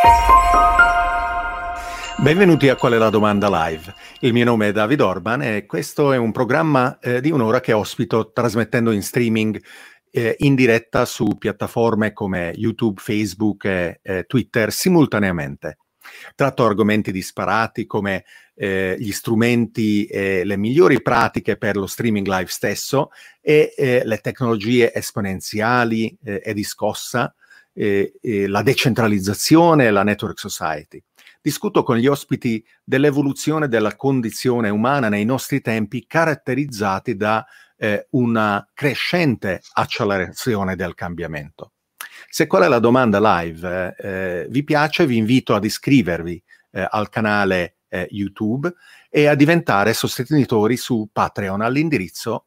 Benvenuti a Qual è la domanda live. Il mio nome è David Orban e questo è un programma di un'ora che ospito trasmettendo in streaming in diretta su piattaforme come YouTube, Facebook e Twitter simultaneamente. Tratto argomenti disparati come gli strumenti e le migliori pratiche per lo streaming live stesso e le tecnologie esponenziali e di scossa, la decentralizzazione e la network society. Discuto con gli ospiti dell'evoluzione della condizione umana nei nostri tempi caratterizzati da una crescente accelerazione del cambiamento. Se qual è la domanda live vi piace, vi invito ad iscrivervi al canale YouTube e a diventare sostenitori su Patreon all'indirizzo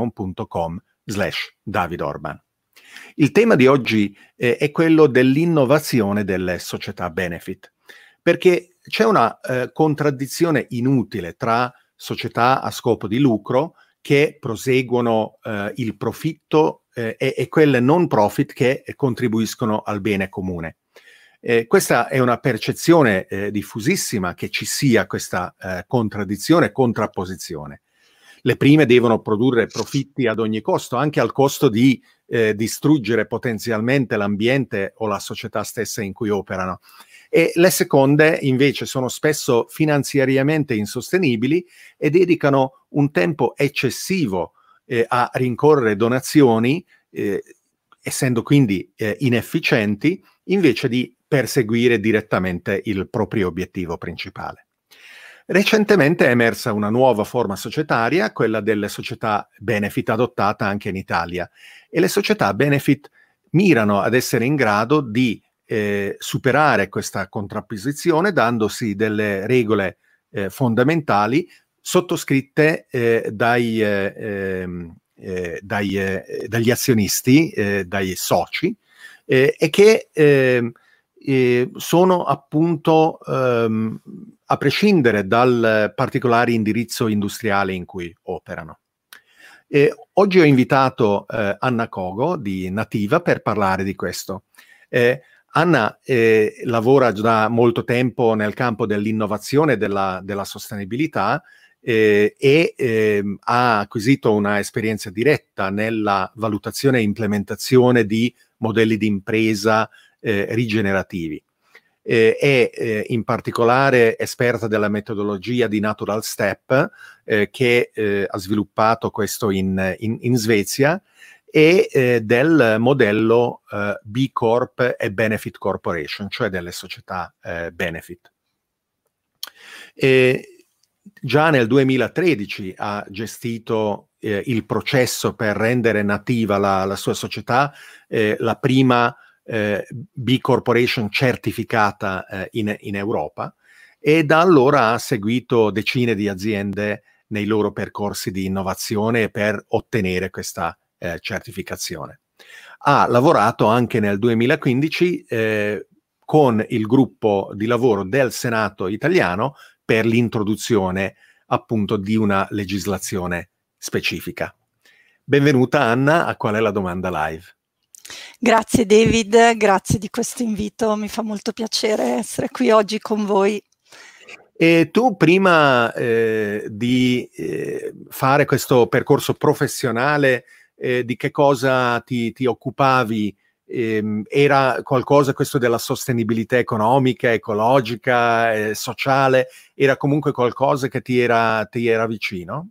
patreon.com/davidorban. Il tema di oggi è quello dell'innovazione delle società benefit, perché c'è una contraddizione inutile tra società a scopo di lucro che proseguono il profitto e quelle non profit che contribuiscono al bene comune. Questa è una percezione diffusissima che ci sia questa contraddizione e contrapposizione. Le prime devono produrre profitti ad ogni costo, anche al costo di distruggere potenzialmente l'ambiente o la società stessa in cui operano. E le seconde invece sono spesso finanziariamente insostenibili e dedicano un tempo eccessivo a rincorrere donazioni, essendo quindi inefficienti, invece di perseguire direttamente il proprio obiettivo principale. Recentemente è emersa una nuova forma societaria, quella delle società benefit adottata anche in Italia, e le società benefit mirano ad essere in grado di superare questa contrapposizione dandosi delle regole fondamentali sottoscritte dagli azionisti, dai soci, e che sono appunto, a prescindere dal particolare indirizzo industriale in cui operano. Oggi ho invitato Anna Cogo di Nativa per parlare di questo. Anna lavora da molto tempo nel campo dell'innovazione e della sostenibilità e ha acquisito una esperienza diretta nella valutazione e implementazione di modelli di impresa rigenerativi. È in particolare esperta della metodologia di Natural Step che ha sviluppato questo in Svezia e del modello B Corp e Benefit Corporation, cioè delle società benefit. Già nel 2013 ha gestito il processo per rendere nativa la sua società, la prima B Corporation certificata in Europa, e da allora ha seguito decine di aziende nei loro percorsi di innovazione per ottenere questa certificazione. Ha lavorato anche nel 2015 con il gruppo di lavoro del Senato italiano per l'introduzione appunto di una legislazione specifica. Benvenuta Anna a Qual è la domanda live. Grazie David, grazie di questo invito, mi fa molto piacere essere qui oggi con voi. E tu prima di fare questo percorso professionale, di che cosa ti occupavi? Era qualcosa questo della sostenibilità economica, ecologica, sociale? Era comunque qualcosa che ti era vicino?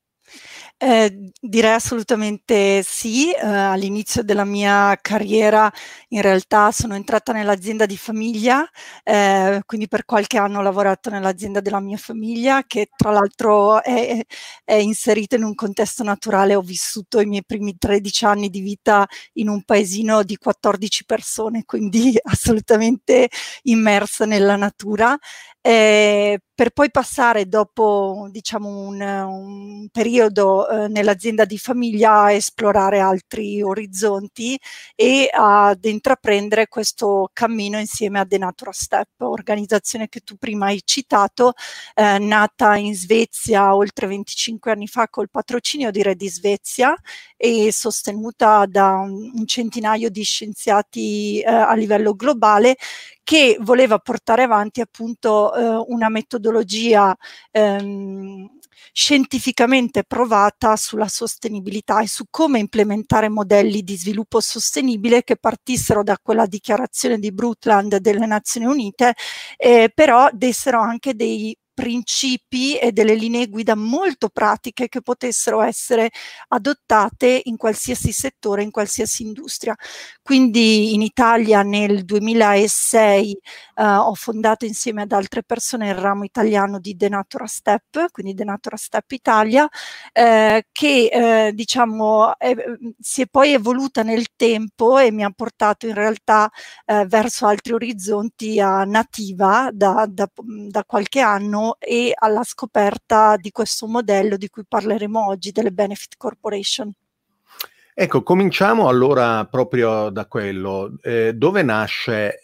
Direi assolutamente sì. All'inizio della mia carriera in realtà sono entrata nell'azienda di famiglia, quindi per qualche anno ho lavorato nell'azienda della mia famiglia, che tra l'altro è inserita in un contesto naturale. Ho vissuto i miei primi 13 anni di vita in un paesino di 14 persone, quindi assolutamente immersa nella natura. Per poi passare dopo, diciamo, un periodo nell'azienda di famiglia a esplorare altri orizzonti e ad intraprendere questo cammino insieme a The Natural Step, organizzazione che tu prima hai citato, nata in Svezia oltre 25 anni fa col patrocinio di Re di Svezia e sostenuta da un centinaio di scienziati a livello globale, che voleva portare avanti appunto una metodologia scientificamente provata sulla sostenibilità e su come implementare modelli di sviluppo sostenibile che partissero da quella dichiarazione di Brundtland delle Nazioni Unite, però dessero anche dei principi e delle linee guida molto pratiche che potessero essere adottate in qualsiasi settore, in qualsiasi industria. Quindi in Italia nel 2006 ho fondato insieme ad altre persone il ramo italiano di The Natura Step, quindi The Natura Step Italia, che diciamo si è poi evoluta nel tempo e mi ha portato in realtà verso altri orizzonti a Nativa da qualche anno e alla scoperta di questo modello di cui parleremo oggi, delle Benefit Corporation. Ecco, cominciamo allora proprio da quello. Dove nasce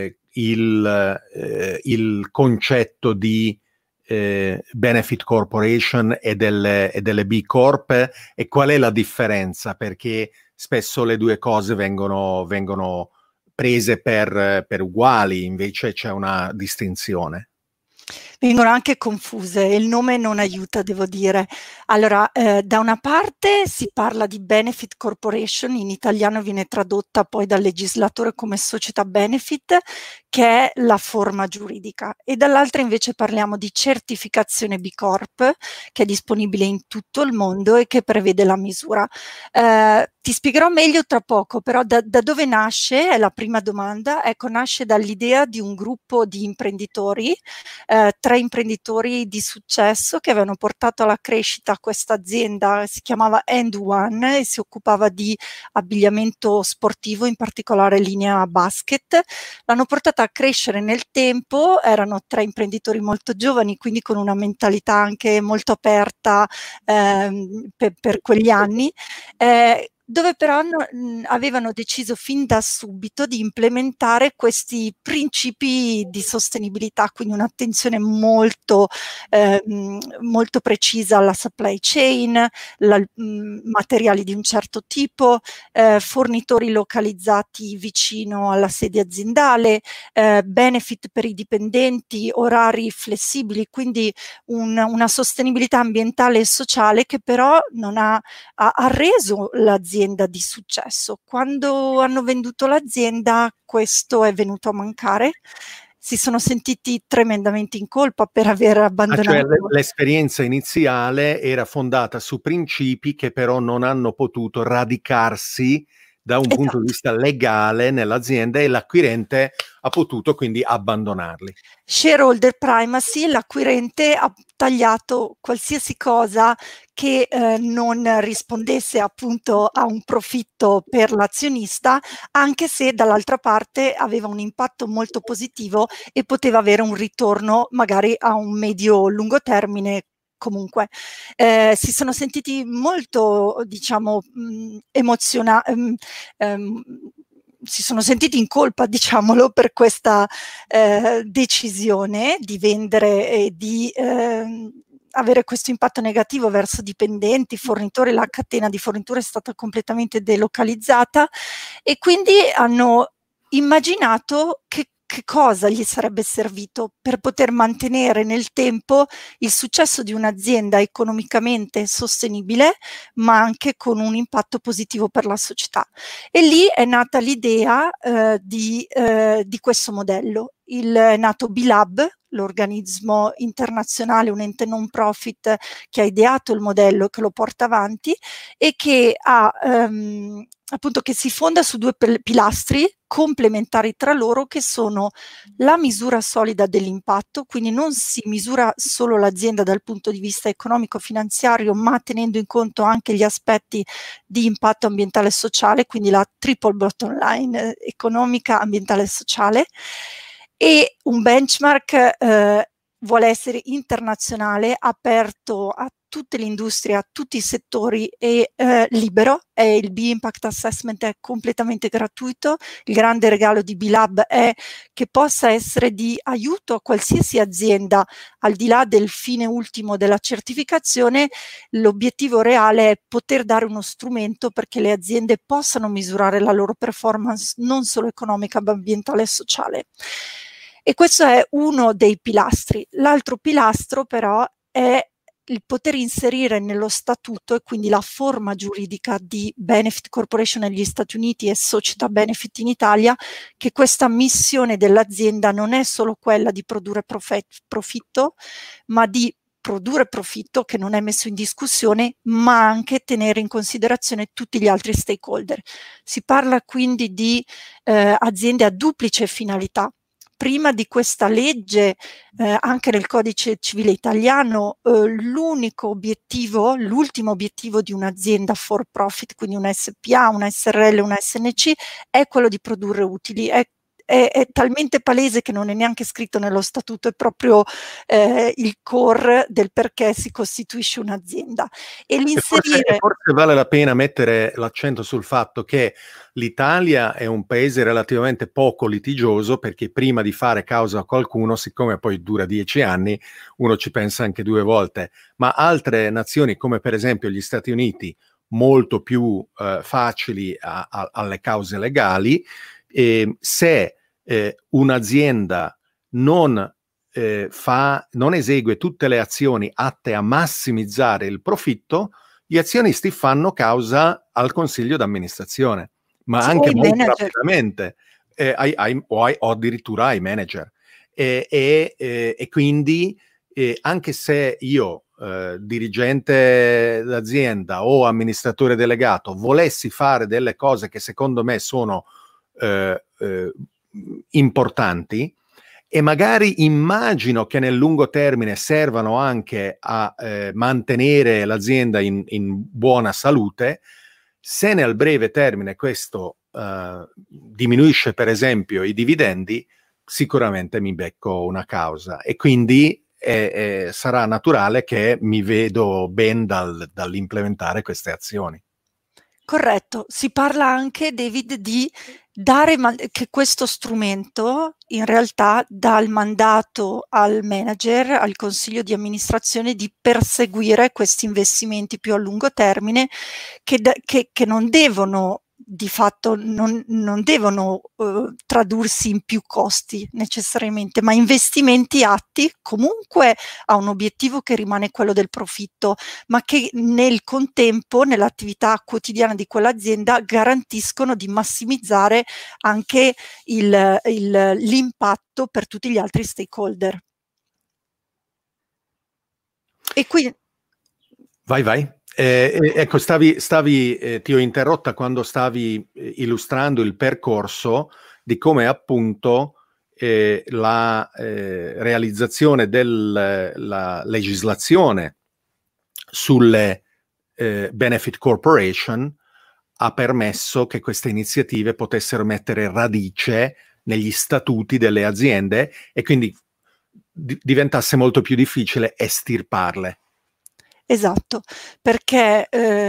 il concetto di Benefit Corporation e delle B Corp, e qual è la differenza? Perché spesso le due cose vengono prese per uguali, invece c'è una distinzione. Vengono anche confuse e il nome non aiuta, devo dire. Allora, da una parte si parla di Benefit Corporation, in italiano viene tradotta poi dal legislatore come società benefit, che è la forma giuridica, e dall'altra invece parliamo di certificazione B Corp, che è disponibile in tutto il mondo e che prevede la misura. Ti spiegherò meglio tra poco, però da dove nasce, è la prima domanda. Ecco, nasce dall'idea di un gruppo di imprenditori, 3 imprenditori di successo che avevano portato alla crescita questa azienda, si chiamava End One e si occupava di abbigliamento sportivo, in particolare linea basket. L'hanno portata a crescere nel tempo, erano 3 imprenditori molto giovani, quindi con una mentalità anche molto aperta per quegli anni, dove però avevano deciso fin da subito di implementare questi principi di sostenibilità, quindi un'attenzione molto precisa alla supply chain, materiali di un certo tipo, fornitori localizzati vicino alla sede aziendale, benefit per i dipendenti, orari flessibili, quindi una sostenibilità ambientale e sociale che però non ha reso l'azienda di successo. Quando hanno venduto l'azienda, questo è venuto a mancare. Si sono sentiti tremendamente in colpa per aver abbandonato. Cioè l'esperienza iniziale era fondata su principi che però non hanno potuto radicarsi da un punto di vista legale nell'azienda, e l'acquirente ha potuto quindi abbandonarli. Shareholder primacy, l'acquirente ha tagliato qualsiasi cosa che non rispondesse appunto a un profitto per l'azionista, anche se dall'altra parte aveva un impatto molto positivo e poteva avere un ritorno magari a un medio-lungo termine. Comunque si sono sentiti molto, diciamo, si sono sentiti in colpa, diciamolo, per questa decisione di vendere e di avere questo impatto negativo verso dipendenti, fornitori. La catena di fornitura è stata completamente delocalizzata e quindi hanno immaginato che cosa gli sarebbe servito per poter mantenere nel tempo il successo di un'azienda economicamente sostenibile, ma anche con un impatto positivo per la società. E lì è nata l'idea di questo modello. È nato B-Lab, l'organismo internazionale, un ente non profit che ha ideato il modello, che lo porta avanti e che ha appunto, che si fonda su 2 pilastri complementari tra loro, che sono la misura solida dell'impatto, quindi non si misura solo l'azienda dal punto di vista economico-finanziario, ma tenendo in conto anche gli aspetti di impatto ambientale e sociale, quindi la triple bottom line, economica, ambientale e sociale, e un benchmark vuole essere internazionale, aperto a tutte le industrie, a tutti i settori è libero, e il B-Impact Assessment è completamente gratuito. Il grande regalo di B-Lab è che possa essere di aiuto a qualsiasi azienda, al di là del fine ultimo della certificazione. L'obiettivo reale è poter dare uno strumento perché le aziende possano misurare la loro performance non solo economica ma ambientale e sociale. E questo è uno dei pilastri. L'altro pilastro però è il poter inserire nello statuto, e quindi la forma giuridica di Benefit Corporation negli Stati Uniti e Società Benefit in Italia, che questa missione dell'azienda non è solo quella di produrre profitto, ma di produrre profitto, che non è messo in discussione, ma anche tenere in considerazione tutti gli altri stakeholder. Si parla quindi di aziende a duplice finalità. Prima di questa legge, anche nel codice civile italiano, l'ultimo obiettivo di un'azienda for profit, quindi una SPA, una SRL, una SNC, è quello di produrre utili. È talmente palese che non è neanche scritto nello statuto, è proprio il core del perché si costituisce un'azienda. E forse vale la pena mettere l'accento sul fatto che l'Italia è un paese relativamente poco litigioso, perché prima di fare causa a qualcuno, siccome poi dura 10 anni, uno ci pensa anche 2 volte, ma altre nazioni come per esempio gli Stati Uniti, molto più facili alle cause legali. Se un'azienda non esegue tutte le azioni atte a massimizzare il profitto, gli azionisti fanno causa al consiglio d'amministrazione, ma anche molto rapidamente, o addirittura ai manager. E quindi anche se io, dirigente d'azienda o amministratore delegato, volessi fare delle cose che secondo me sono importanti, e magari immagino che nel lungo termine servano anche a mantenere l'azienda in buona salute, se nel breve termine questo diminuisce per esempio i dividendi, sicuramente mi becco una causa, e quindi sarà naturale che mi vedo ben dall'implementare queste azioni. Corretto, si parla anche, David, di dare che questo strumento in realtà dà il mandato al manager, al consiglio di amministrazione, di perseguire questi investimenti più a lungo termine, che non devono di fatto non devono tradursi in più costi necessariamente, ma investimenti atti comunque a un obiettivo che rimane quello del profitto, ma che nel contempo, nell'attività quotidiana di quell'azienda, garantiscono di massimizzare anche l'impatto per tutti gli altri stakeholder. E qui Vai. Ecco, ti ho interrotta quando stavi illustrando il percorso di come appunto la realizzazione della legislazione sulle benefit corporation ha permesso che queste iniziative potessero mettere radice negli statuti delle aziende, e quindi diventasse molto più difficile estirparle. Esatto, perché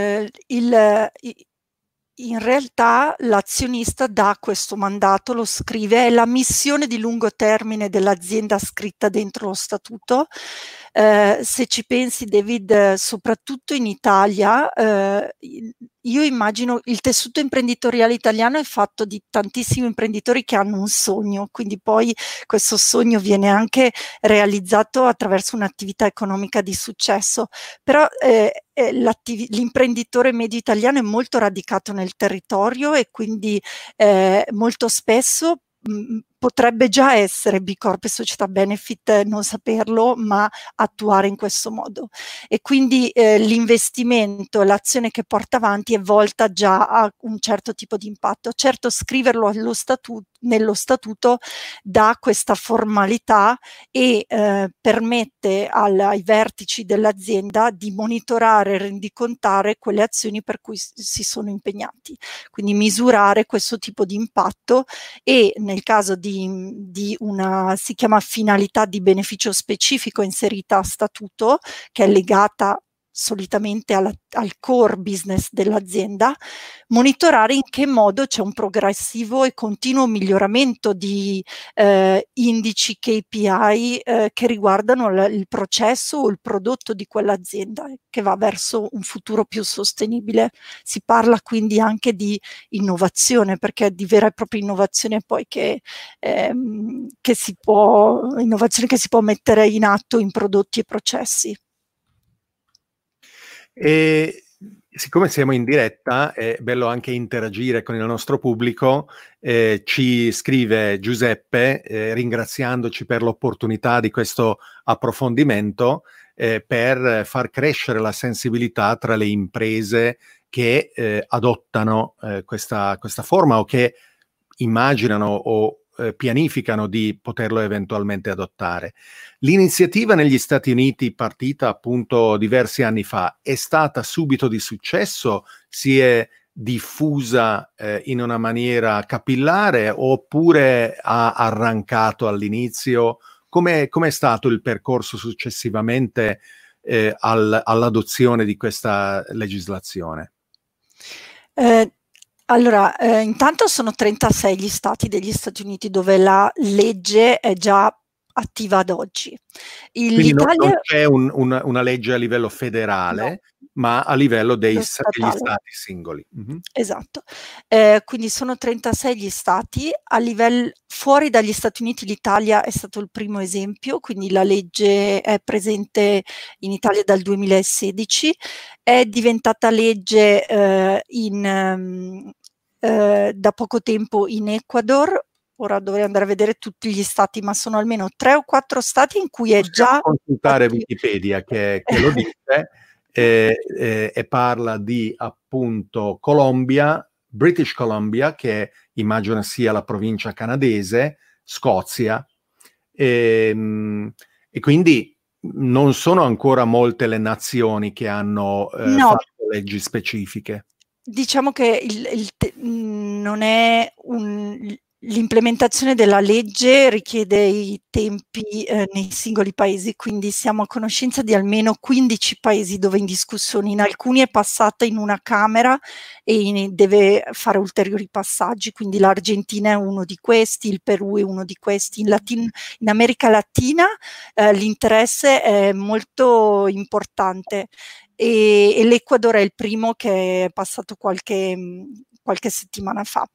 in realtà l'azionista dà questo mandato, lo scrive, è la missione di lungo termine dell'azienda scritta dentro lo statuto. Se ci pensi, David, soprattutto in Italia, io immagino il tessuto imprenditoriale italiano è fatto di tantissimi imprenditori che hanno un sogno, quindi poi questo sogno viene anche realizzato attraverso un'attività economica di successo, però l'imprenditore medio italiano è molto radicato nel territorio, e quindi molto spesso potrebbe già essere B Corp e società benefit, non saperlo, ma attuare in questo modo. E quindi l'investimento, l'azione che porta avanti è volta già a un certo tipo di impatto. Certo, scriverlo nello statuto dà questa formalità e permette ai vertici dell'azienda di monitorare e rendicontare quelle azioni per cui si sono impegnati. Quindi misurare questo tipo di impatto, e nel caso di una, si chiama finalità di beneficio specifico inserita a statuto, che è legata solitamente al core business dell'azienda, monitorare in che modo c'è un progressivo e continuo miglioramento di indici KPI che riguardano il processo o il prodotto di quell'azienda che va verso un futuro più sostenibile. Si parla quindi anche di innovazione, perché è di vera e propria innovazione poi innovazione che si può mettere in atto in prodotti e processi. E siccome siamo in diretta, è bello anche interagire con il nostro pubblico. Ci scrive Giuseppe, ringraziandoci per l'opportunità di questo approfondimento, per far crescere la sensibilità tra le imprese che adottano questa forma o che immaginano o pianificano di poterlo eventualmente adottare. L'iniziativa negli Stati Uniti, partita appunto diversi anni fa, è stata subito di successo? Si è diffusa in una maniera capillare oppure ha arrancato all'inizio? Com'è stato il percorso successivamente all'adozione di questa legislazione? Allora, intanto sono 36 gli stati degli Stati Uniti dove la legge è già attiva ad oggi. Quindi non c'è una legge a livello federale, no, ma a livello degli statale. stati singoli. Mm-hmm. Esatto. Quindi sono 36 gli stati. Fuori dagli Stati Uniti l'Italia è stato il primo esempio, quindi la legge è presente in Italia dal 2016, è diventata legge da poco tempo in Ecuador. Ora dovrei andare a vedere tutti gli stati, ma sono almeno 3 o 4 stati in cui è già consultare Wikipedia che lo dice e parla di appunto Colombia, British Columbia, che immagino sia la provincia canadese, Scozia, e quindi non sono ancora molte le nazioni che hanno fatto leggi specifiche. Diciamo che non è l'implementazione della legge richiede i tempi nei singoli paesi, quindi siamo a conoscenza di almeno 15 paesi dove in discussione, in alcuni è passata in una Camera e deve fare ulteriori passaggi, quindi l'Argentina è uno di questi, il Perù è uno di questi, in America Latina l'interesse è molto importante. E l'Ecuador è il primo che è passato qualche settimana fa.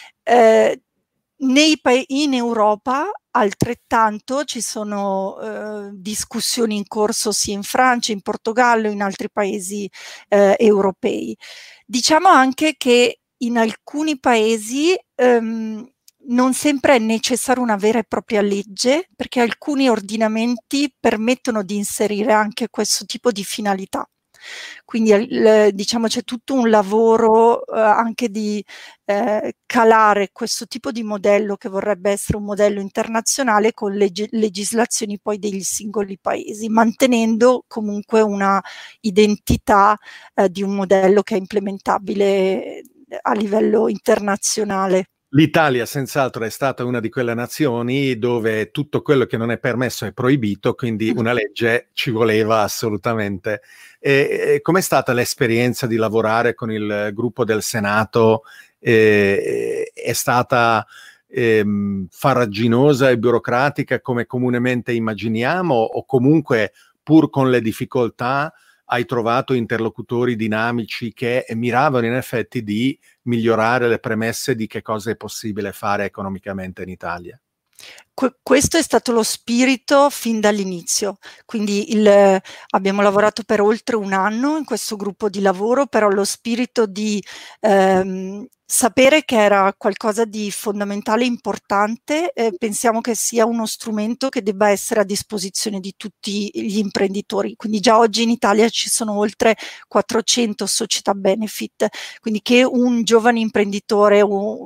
In Europa altrettanto ci sono discussioni in corso sia in Francia, in Portogallo, in altri paesi europei. Diciamo anche che in alcuni paesi non sempre è necessaria una vera e propria legge, perché alcuni ordinamenti permettono di inserire anche questo tipo di finalità. Quindi diciamo c'è tutto un lavoro anche di calare questo tipo di modello che vorrebbe essere un modello internazionale con legislazioni poi degli singoli paesi, mantenendo comunque una identità di un modello che è implementabile a livello internazionale. L'Italia senz'altro è stata una di quelle nazioni dove tutto quello che non è permesso è proibito, quindi una legge ci voleva assolutamente. Com'è stata l'esperienza di lavorare con il gruppo del Senato? È stata farraginosa e burocratica come comunemente immaginiamo o comunque pur con le difficoltà hai trovato interlocutori dinamici che miravano in effetti di migliorare le premesse di che cosa è possibile fare economicamente in Italia? Questo è stato lo spirito fin dall'inizio, quindi abbiamo lavorato per oltre un anno in questo gruppo di lavoro, però lo spirito di sapere che era qualcosa di fondamentale e importante, pensiamo che sia uno strumento che debba essere a disposizione di tutti gli imprenditori, quindi già oggi in Italia ci sono oltre 400 società benefit, quindi che un giovane imprenditore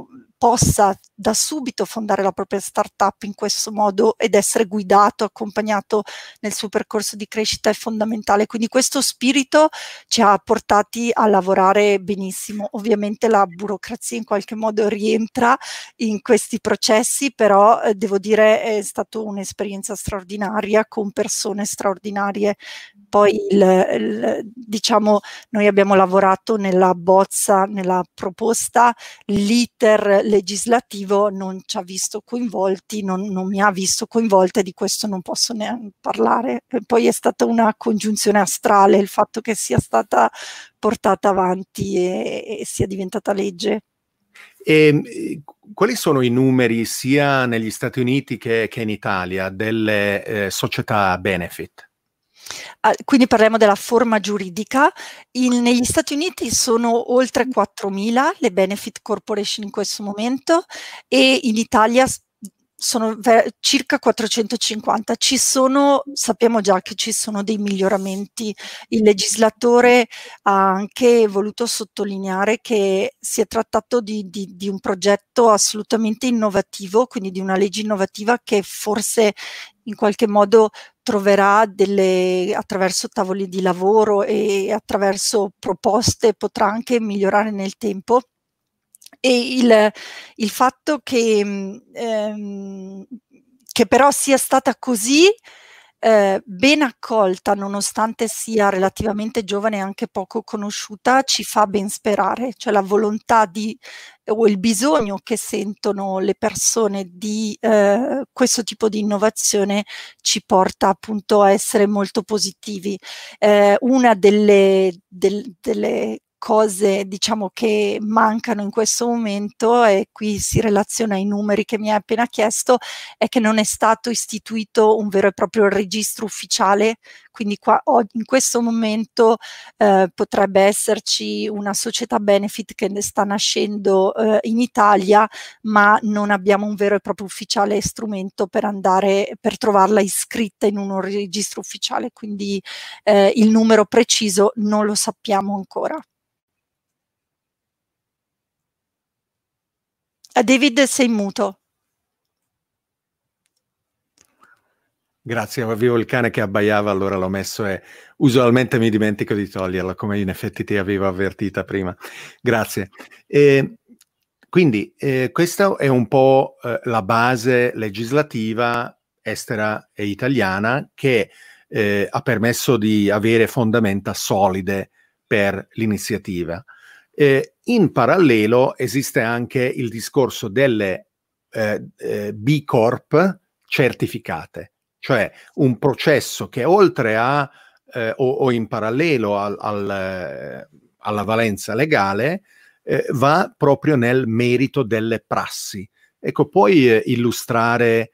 possa da subito fondare la propria startup in questo modo ed essere guidato, accompagnato nel suo percorso di crescita è fondamentale. Quindi questo spirito ci ha portati a lavorare benissimo. Ovviamente la burocrazia in qualche modo rientra in questi processi, però devo dire è stata un'esperienza straordinaria con persone straordinarie. Poi diciamo, noi abbiamo lavorato nella bozza, nella proposta, l'iter legislativo non ci ha visto coinvolti, non mi ha visto coinvolta, e di questo non posso neanche parlare. E poi è stata una congiunzione astrale il fatto che sia stata portata avanti e sia diventata legge. Quali sono i numeri sia negli Stati Uniti che in Italia delle società benefit? Quindi parliamo della forma giuridica. Negli Stati Uniti sono oltre 4.000 le benefit corporation in questo momento, e in Italia sono circa 450. Sappiamo già che ci sono dei miglioramenti. Il legislatore ha anche voluto sottolineare che si è trattato di un progetto assolutamente innovativo, quindi di una legge innovativa che forse in qualche modo troverà attraverso tavoli di lavoro e attraverso proposte, potrà anche migliorare nel tempo. E il fatto che però sia stata così ben accolta, nonostante sia relativamente giovane e anche poco conosciuta, ci fa ben sperare. Cioè la volontà o il bisogno che sentono le persone di questo tipo di innovazione ci porta appunto a essere molto positivi. Una delle cose, diciamo, che mancano in questo momento, e qui si relaziona ai numeri che mi hai appena chiesto, è che non è stato istituito un vero e proprio registro ufficiale. Quindi qua in questo momento potrebbe esserci una società benefit che ne sta nascendo in Italia, ma non abbiamo un vero e proprio ufficiale strumento per trovarla iscritta in un registro ufficiale, quindi il numero preciso non lo sappiamo ancora. David, sei muto. Grazie, avevo il cane che abbaiava, allora l'ho messo e usualmente mi dimentico di toglierlo, come in effetti ti avevo avvertita prima. Grazie. Quindi questa è un po' la base legislativa estera e italiana che ha permesso di avere fondamenta solide per l'iniziativa. In parallelo esiste anche il discorso delle B Corp certificate, cioè un processo che oltre a o in parallelo alla valenza legale va proprio nel merito delle prassi. Ecco, puoi illustrare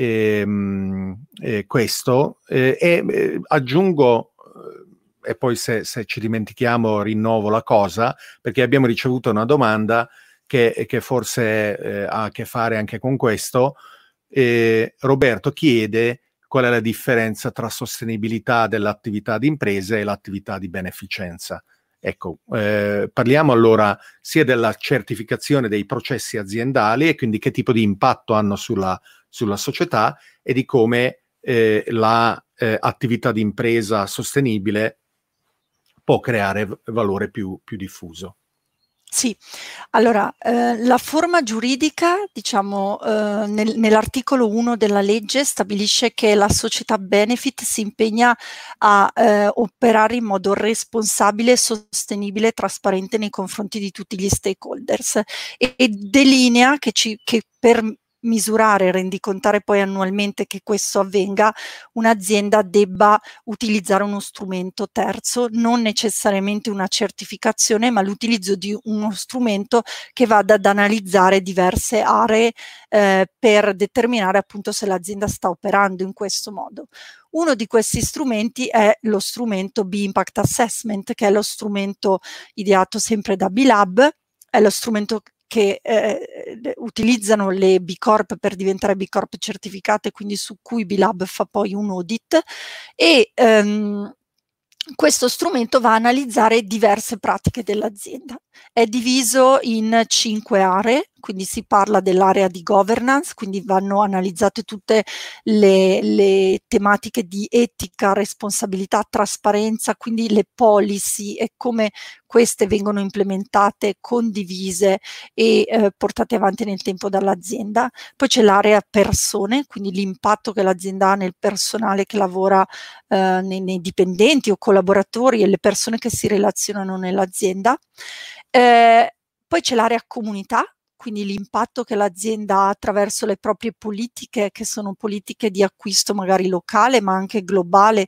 questo e aggiungo, e poi se ci dimentichiamo rinnovo la cosa, perché abbiamo ricevuto una domanda che forse ha a che fare anche con questo. Roberto chiede qual è la differenza tra sostenibilità dell'attività di impresa e l'attività di beneficenza. Ecco, parliamo allora sia della certificazione dei processi aziendali e quindi che tipo di impatto hanno sulla società, e di come l'attività di impresa sostenibile può creare valore più diffuso. Sì, allora la forma giuridica, diciamo, nell'articolo 1 della legge stabilisce che la società benefit si impegna a operare in modo responsabile, sostenibile e trasparente nei confronti di tutti gli stakeholders, e delinea che per misurare e rendicontare poi annualmente che questo avvenga, un'azienda debba utilizzare uno strumento terzo, non necessariamente una certificazione, ma l'utilizzo di uno strumento che vada ad analizzare diverse aree per determinare appunto se l'azienda sta operando in questo modo. Uno di questi strumenti è lo strumento B-Impact Assessment, che è lo strumento ideato sempre da B-Lab, è lo strumento che utilizzano le B Corp per diventare B Corp certificate, quindi su cui B-Lab fa poi un audit, e questo strumento va a analizzare diverse pratiche dell'azienda. È diviso in 5 aree, quindi si parla dell'area di governance, quindi vanno analizzate tutte le tematiche di etica, responsabilità, trasparenza, quindi le policy e come queste vengono implementate, condivise e portate avanti nel tempo dall'azienda. Poi c'è l'area persone, quindi l'impatto che l'azienda ha nel personale che lavora, nei dipendenti o collaboratori e le persone che si relazionano nell'azienda. Poi c'è l'area comunità, quindi l'impatto che l'azienda ha attraverso le proprie politiche, che sono politiche di acquisto magari locale, ma anche globale,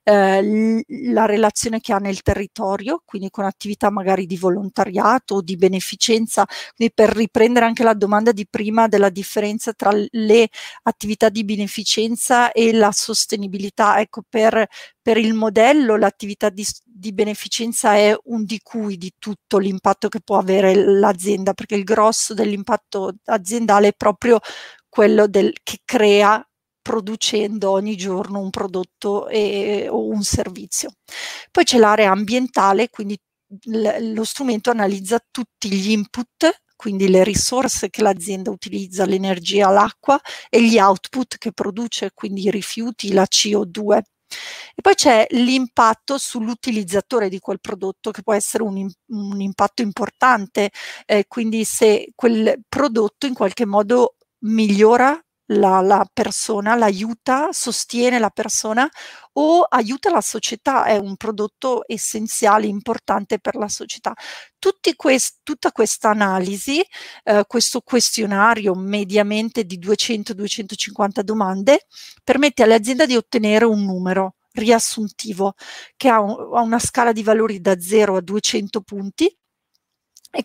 la relazione che ha nel territorio, quindi con attività magari di volontariato o di beneficenza, quindi per riprendere anche la domanda di prima della differenza tra le attività di beneficenza e la sostenibilità. Ecco, per il modello l'attività di beneficenza è un di cui di tutto l'impatto che può avere l'azienda, perché il grosso dell'impatto aziendale è proprio quello che crea producendo ogni giorno un prodotto o un servizio. Poi c'è l'area ambientale, quindi lo strumento analizza tutti gli input, quindi le risorse che l'azienda utilizza, l'energia, l'acqua, e gli output che produce, quindi i rifiuti, la CO2. E poi c'è l'impatto sull'utilizzatore di quel prodotto, che può essere un impatto importante, quindi se quel prodotto in qualche modo migliora la persona, l'aiuta, sostiene la persona o aiuta la società, è un prodotto essenziale, importante per la società. Tutta questa analisi, questo questionario mediamente di 200-250 domande, permette all'azienda di ottenere un numero riassuntivo che ha una scala di valori da 0 a 200 punti. E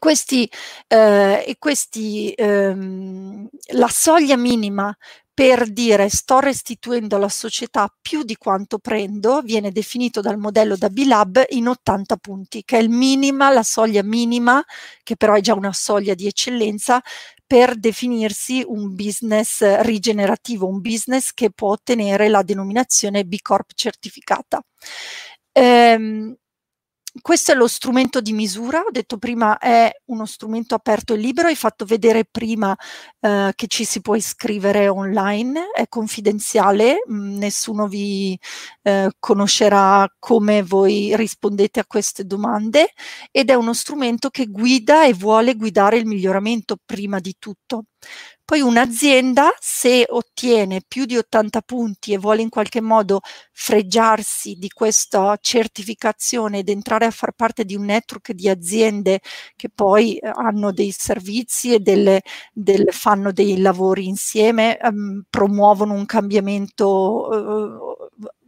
la soglia minima per dire sto restituendo alla società più di quanto prendo viene definito dal modello da B-Lab in 80 punti, che è la soglia minima, che però è già una soglia di eccellenza, per definirsi un business rigenerativo, un business che può ottenere la denominazione B Corp certificata. Questo è lo strumento di misura, ho detto prima è uno strumento aperto e libero, hai fatto vedere prima che ci si può iscrivere online, è confidenziale, nessuno vi conoscerà come voi rispondete a queste domande, ed è uno strumento che guida e vuole guidare il miglioramento prima di tutto. Poi un'azienda, se ottiene più di 80 punti e vuole in qualche modo fregiarsi di questa certificazione ed entrare a far parte di un network di aziende che poi hanno dei servizi e fanno dei lavori insieme, promuovono un cambiamento,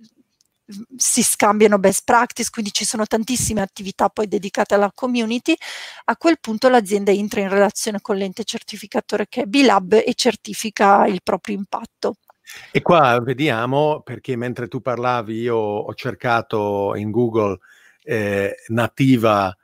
si scambiano best practice, quindi ci sono tantissime attività poi dedicate alla community. A quel punto l'azienda entra in relazione con l'ente certificatore che è B-Lab e certifica il proprio impatto. E qua vediamo, perché mentre tu parlavi io ho cercato in Google nativa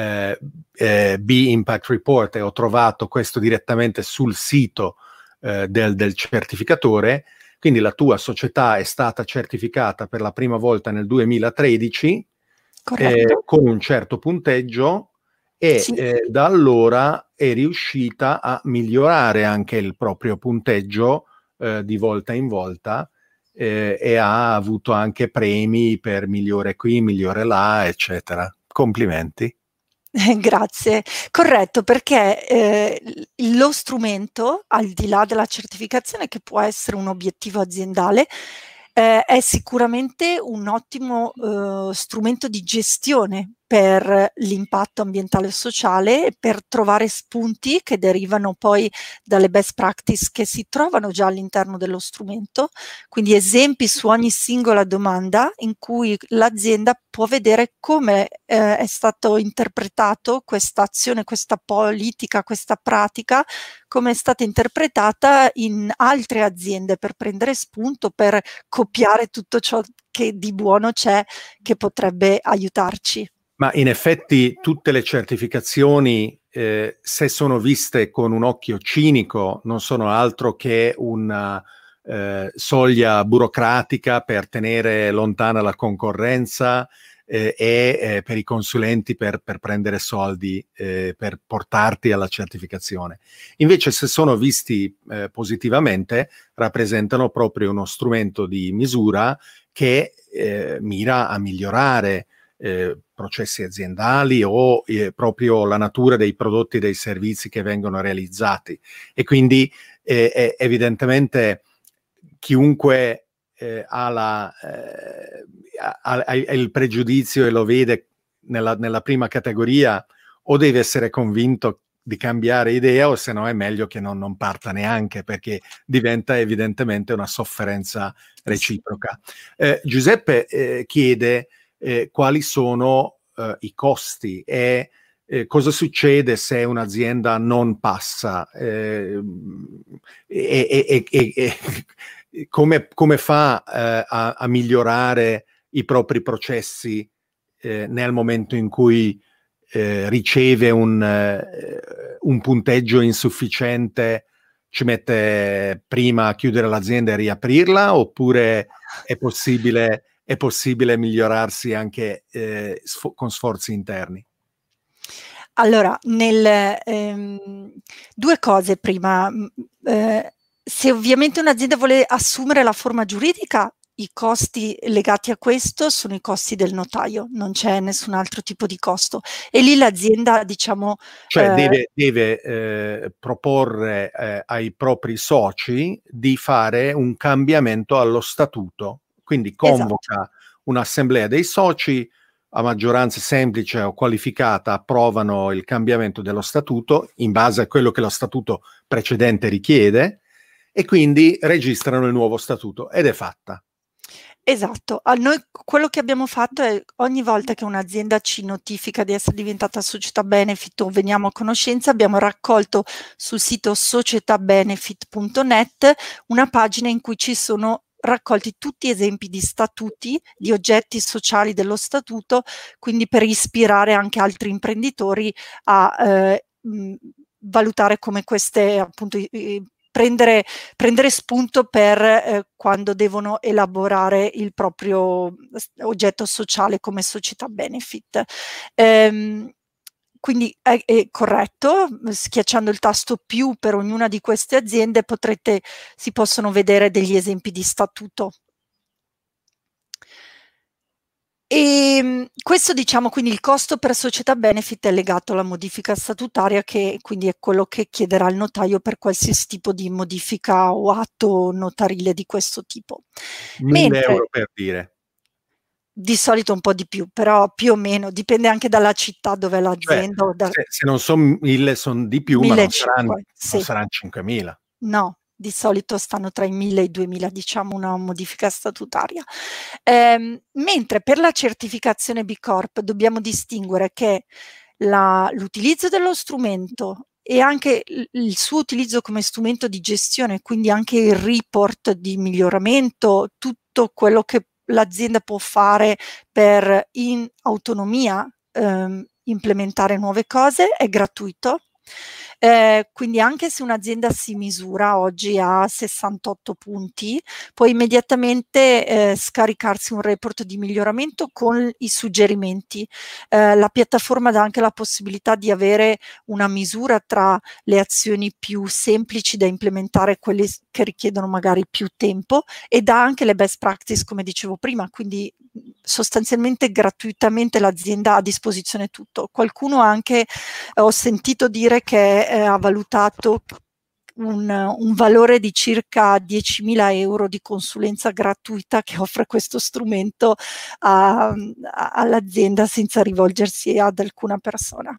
B-Impact Report e ho trovato questo direttamente sul sito del certificatore. Quindi la tua società è stata certificata per la prima volta nel 2013 con un certo punteggio e sì. Da allora è riuscita a migliorare anche il proprio punteggio di volta in volta e ha avuto anche premi per migliore qui, migliore là, eccetera. Complimenti. Grazie. Corretto, perché lo strumento, al di là della certificazione, che può essere un obiettivo aziendale, è sicuramente un ottimo strumento di gestione per l'impatto ambientale e sociale e per trovare spunti che derivano poi dalle best practice che si trovano già all'interno dello strumento, quindi esempi su ogni singola domanda in cui l'azienda può vedere come è stato interpretato questa azione, questa politica, questa pratica, come è stata interpretata in altre aziende, per prendere spunto, per copiare tutto ciò che di buono c'è, che potrebbe aiutarci. Ma in effetti tutte le certificazioni, se sono viste con un occhio cinico, non sono altro che una soglia burocratica per tenere lontana la concorrenza, e per i consulenti per prendere soldi per portarti alla certificazione. Invece, se sono visti positivamente, rappresentano proprio uno strumento di misura che mira a migliorare processi aziendali o proprio la natura dei prodotti e dei servizi che vengono realizzati. E quindi evidentemente chiunque ha il pregiudizio e lo vede nella prima categoria, o deve essere convinto di cambiare idea, o se no è meglio che non parta neanche, perché diventa evidentemente una sofferenza reciproca. Giuseppe chiede quali sono i costi e cosa succede se un'azienda non passa come fa a migliorare i propri processi nel momento in cui riceve un punteggio insufficiente, ci mette prima a chiudere l'azienda e riaprirla, oppure è possibile migliorarsi anche con sforzi interni? Allora, due cose prima. Se ovviamente un'azienda vuole assumere la forma giuridica, i costi legati a questo sono i costi del notaio, non c'è nessun altro tipo di costo. E lì l'azienda, diciamo... Cioè deve proporre ai propri soci di fare un cambiamento allo statuto. Quindi convoca un'assemblea dei soci, a maggioranza semplice o qualificata approvano il cambiamento dello statuto in base a quello che lo statuto precedente richiede, e quindi registrano il nuovo statuto ed è fatta. Esatto, noi quello che abbiamo fatto è ogni volta che un'azienda ci notifica di essere diventata società benefit o veniamo a conoscenza, abbiamo raccolto sul sito societabenefit.net una pagina in cui ci sono raccolti tutti esempi di statuti, di oggetti sociali dello statuto, quindi per ispirare anche altri imprenditori a valutare come queste, appunto, prendere spunto per quando devono elaborare il proprio oggetto sociale come società benefit. Quindi è corretto, schiacciando il tasto più per ognuna di queste aziende si possono vedere degli esempi di statuto. E questo, diciamo, quindi il costo per società benefit è legato alla modifica statutaria, che quindi è quello che chiederà il notaio per qualsiasi tipo di modifica o atto notarile di questo tipo. 1.000 euro per dire. Di solito un po' di più, però più o meno, dipende anche dalla città dove è l'azienda. Cioè, se non sono 1.000 sono di più, ma non saranno 5.000. No, di solito stanno tra i 1.000 e i 2.000, diciamo, una modifica statutaria. Mentre per la certificazione B Corp dobbiamo distinguere che l'utilizzo dello strumento e anche il suo utilizzo come strumento di gestione, quindi anche il report di miglioramento, tutto quello che l'azienda può fare per in autonomia implementare nuove cose, è gratuito. Quindi anche se un'azienda si misura oggi a 68 punti, può immediatamente scaricarsi un report di miglioramento con i suggerimenti. La piattaforma dà anche la possibilità di avere una misura tra le azioni più semplici da implementare, quelle che richiedono magari più tempo, e dà anche le best practice, come dicevo prima, quindi sostanzialmente gratuitamente l'azienda ha a disposizione tutto. Qualcuno anche, ho sentito dire che ha valutato un valore di circa 10.000 euro di consulenza gratuita che offre questo strumento all'azienda senza rivolgersi ad alcuna persona.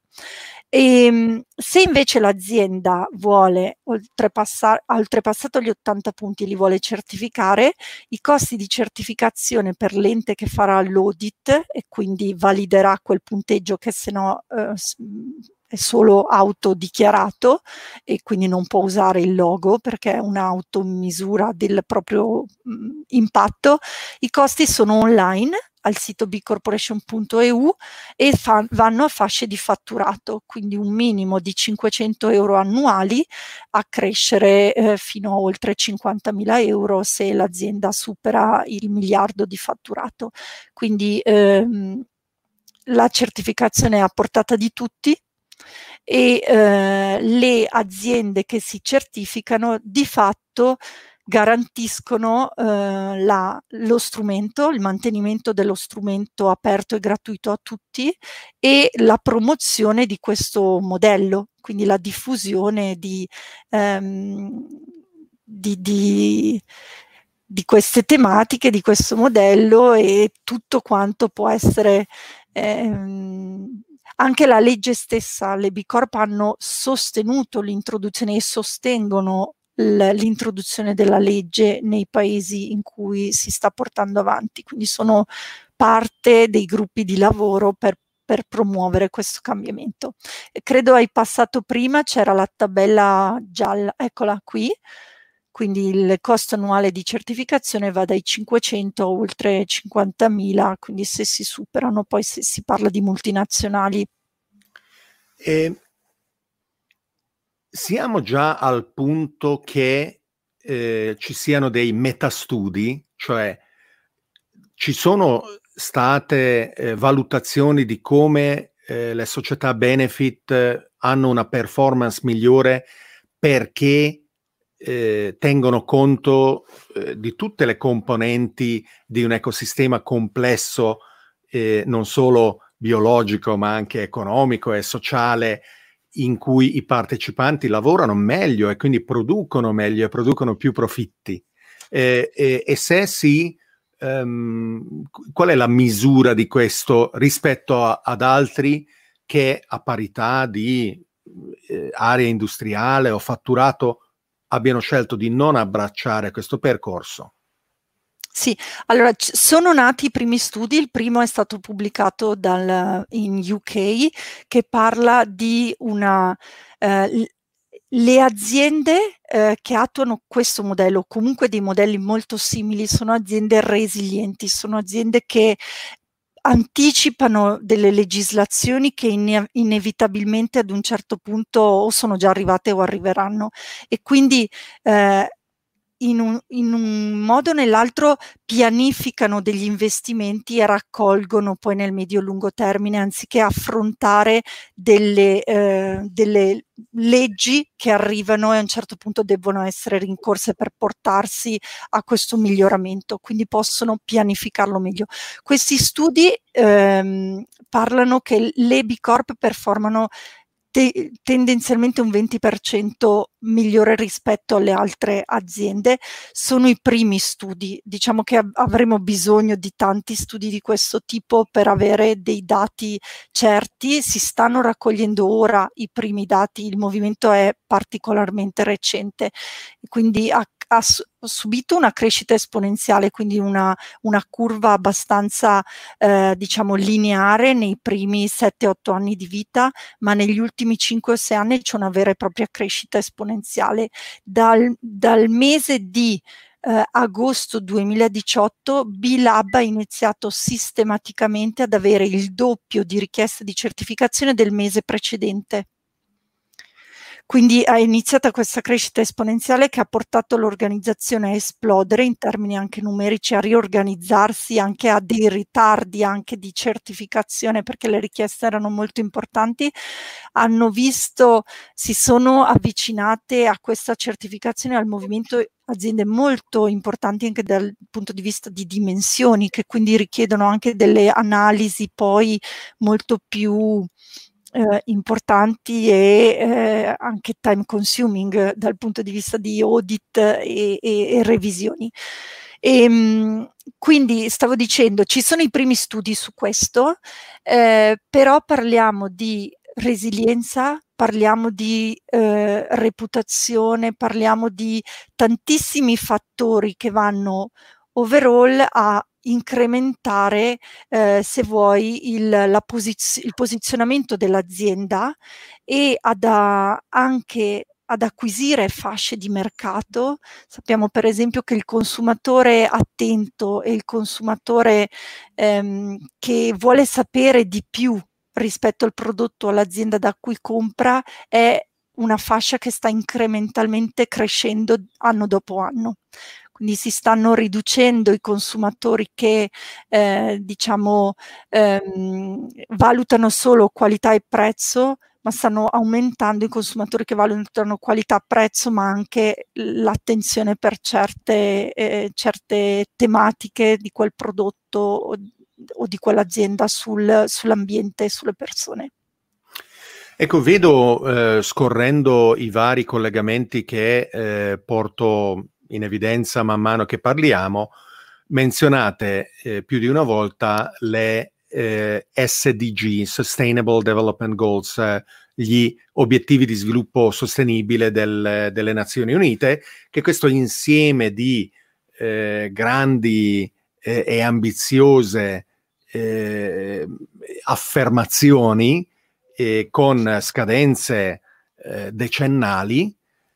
E se invece l'azienda vuole ha oltrepassato gli 80 punti e li vuole certificare, i costi di certificazione per l'ente che farà l'audit e quindi validerà quel punteggio che se no è solo autodichiarato e quindi non può usare il logo perché è un'automisura del proprio impatto. I costi sono online al sito bcorporation.eu e vanno a fasce di fatturato, quindi un minimo di 500 euro annuali a crescere fino a oltre 50.000 euro se l'azienda supera il miliardo di fatturato. Quindi la certificazione è a portata di tutti e le aziende che si certificano di fatto garantiscono lo strumento, il mantenimento dello strumento aperto e gratuito a tutti e la promozione di questo modello, quindi la diffusione di queste tematiche, di questo modello e tutto quanto può essere anche la legge stessa. Le B Corp hanno sostenuto l'introduzione e sostengono l'introduzione della legge nei paesi in cui si sta portando avanti, quindi sono parte dei gruppi di lavoro per promuovere questo cambiamento. E credo hai passato prima, c'era la tabella gialla, eccola qui, quindi il costo annuale di certificazione va dai 500 a oltre 50.000, quindi se si superano, poi se si parla di multinazionali. Siamo già al punto che ci siano dei metastudi, cioè ci sono state valutazioni di come le società benefit hanno una performance migliore perché tengono conto di tutte le componenti di un ecosistema complesso, non solo biologico ma anche economico e sociale, in cui i partecipanti lavorano meglio e quindi producono meglio e producono più profitti. E se sì, qual è la misura di questo rispetto ad altri che a parità di area industriale o fatturato abbiano scelto di non abbracciare questo percorso? Sì, allora sono nati i primi studi, il primo è stato pubblicato in UK che parla di le aziende che attuano questo modello, comunque dei modelli molto simili, sono aziende resilienti, sono aziende che anticipano delle legislazioni che inevitabilmente ad un certo punto o sono già arrivate o arriveranno, e quindi in un modo o nell'altro pianificano degli investimenti e raccolgono poi nel medio-lungo termine, anziché affrontare delle leggi che arrivano e a un certo punto debbono essere rincorse per portarsi a questo miglioramento, quindi possono pianificarlo meglio. Questi studi parlano che le B Corp performano tendenzialmente un 20% migliore rispetto alle altre aziende. Sono i primi studi, diciamo che avremo bisogno di tanti studi di questo tipo per avere dei dati certi. Si stanno raccogliendo ora i primi dati, il movimento è particolarmente recente, quindi ha subito una crescita esponenziale, quindi una curva abbastanza diciamo lineare nei primi 7-8 anni di vita, ma negli ultimi 5 o 6 anni c'è una vera e propria crescita esponenziale. Dal mese di agosto 2018 B-Lab ha iniziato sistematicamente ad avere il doppio di richieste di certificazione del mese precedente. Quindi è iniziata questa crescita esponenziale che ha portato l'organizzazione a esplodere in termini anche numerici, a riorganizzarsi, anche a dei ritardi anche di certificazione perché le richieste erano molto importanti. Si sono avvicinate a questa certificazione, al movimento, aziende molto importanti anche dal punto di vista di dimensioni, che quindi richiedono anche delle analisi poi molto più importanti e anche time consuming dal punto di vista di audit e revisioni. Quindi stavo dicendo, ci sono i primi studi su questo, però parliamo di resilienza, parliamo di reputazione, parliamo di tantissimi fattori che vanno overall a incrementare, se vuoi, il posizionamento dell'azienda e anche ad acquisire fasce di mercato. Sappiamo per esempio che il consumatore attento e il consumatore che vuole sapere di più rispetto al prodotto o all'azienda da cui compra è una fascia che sta incrementalmente crescendo anno dopo anno. quindi si stanno riducendo i consumatori che valutano solo qualità e prezzo, ma stanno aumentando i consumatori che valutano qualità, prezzo, ma anche l'attenzione per certe tematiche di quel prodotto o di quell'azienda sull'ambiente e sulle persone. Ecco, vedo scorrendo i vari collegamenti che porto in evidenza man mano che parliamo, menzionate più di una volta le SDG, Sustainable Development Goals, gli obiettivi di sviluppo sostenibile delle Nazioni Unite, che questo insieme di grandi e ambiziose affermazioni con scadenze decennali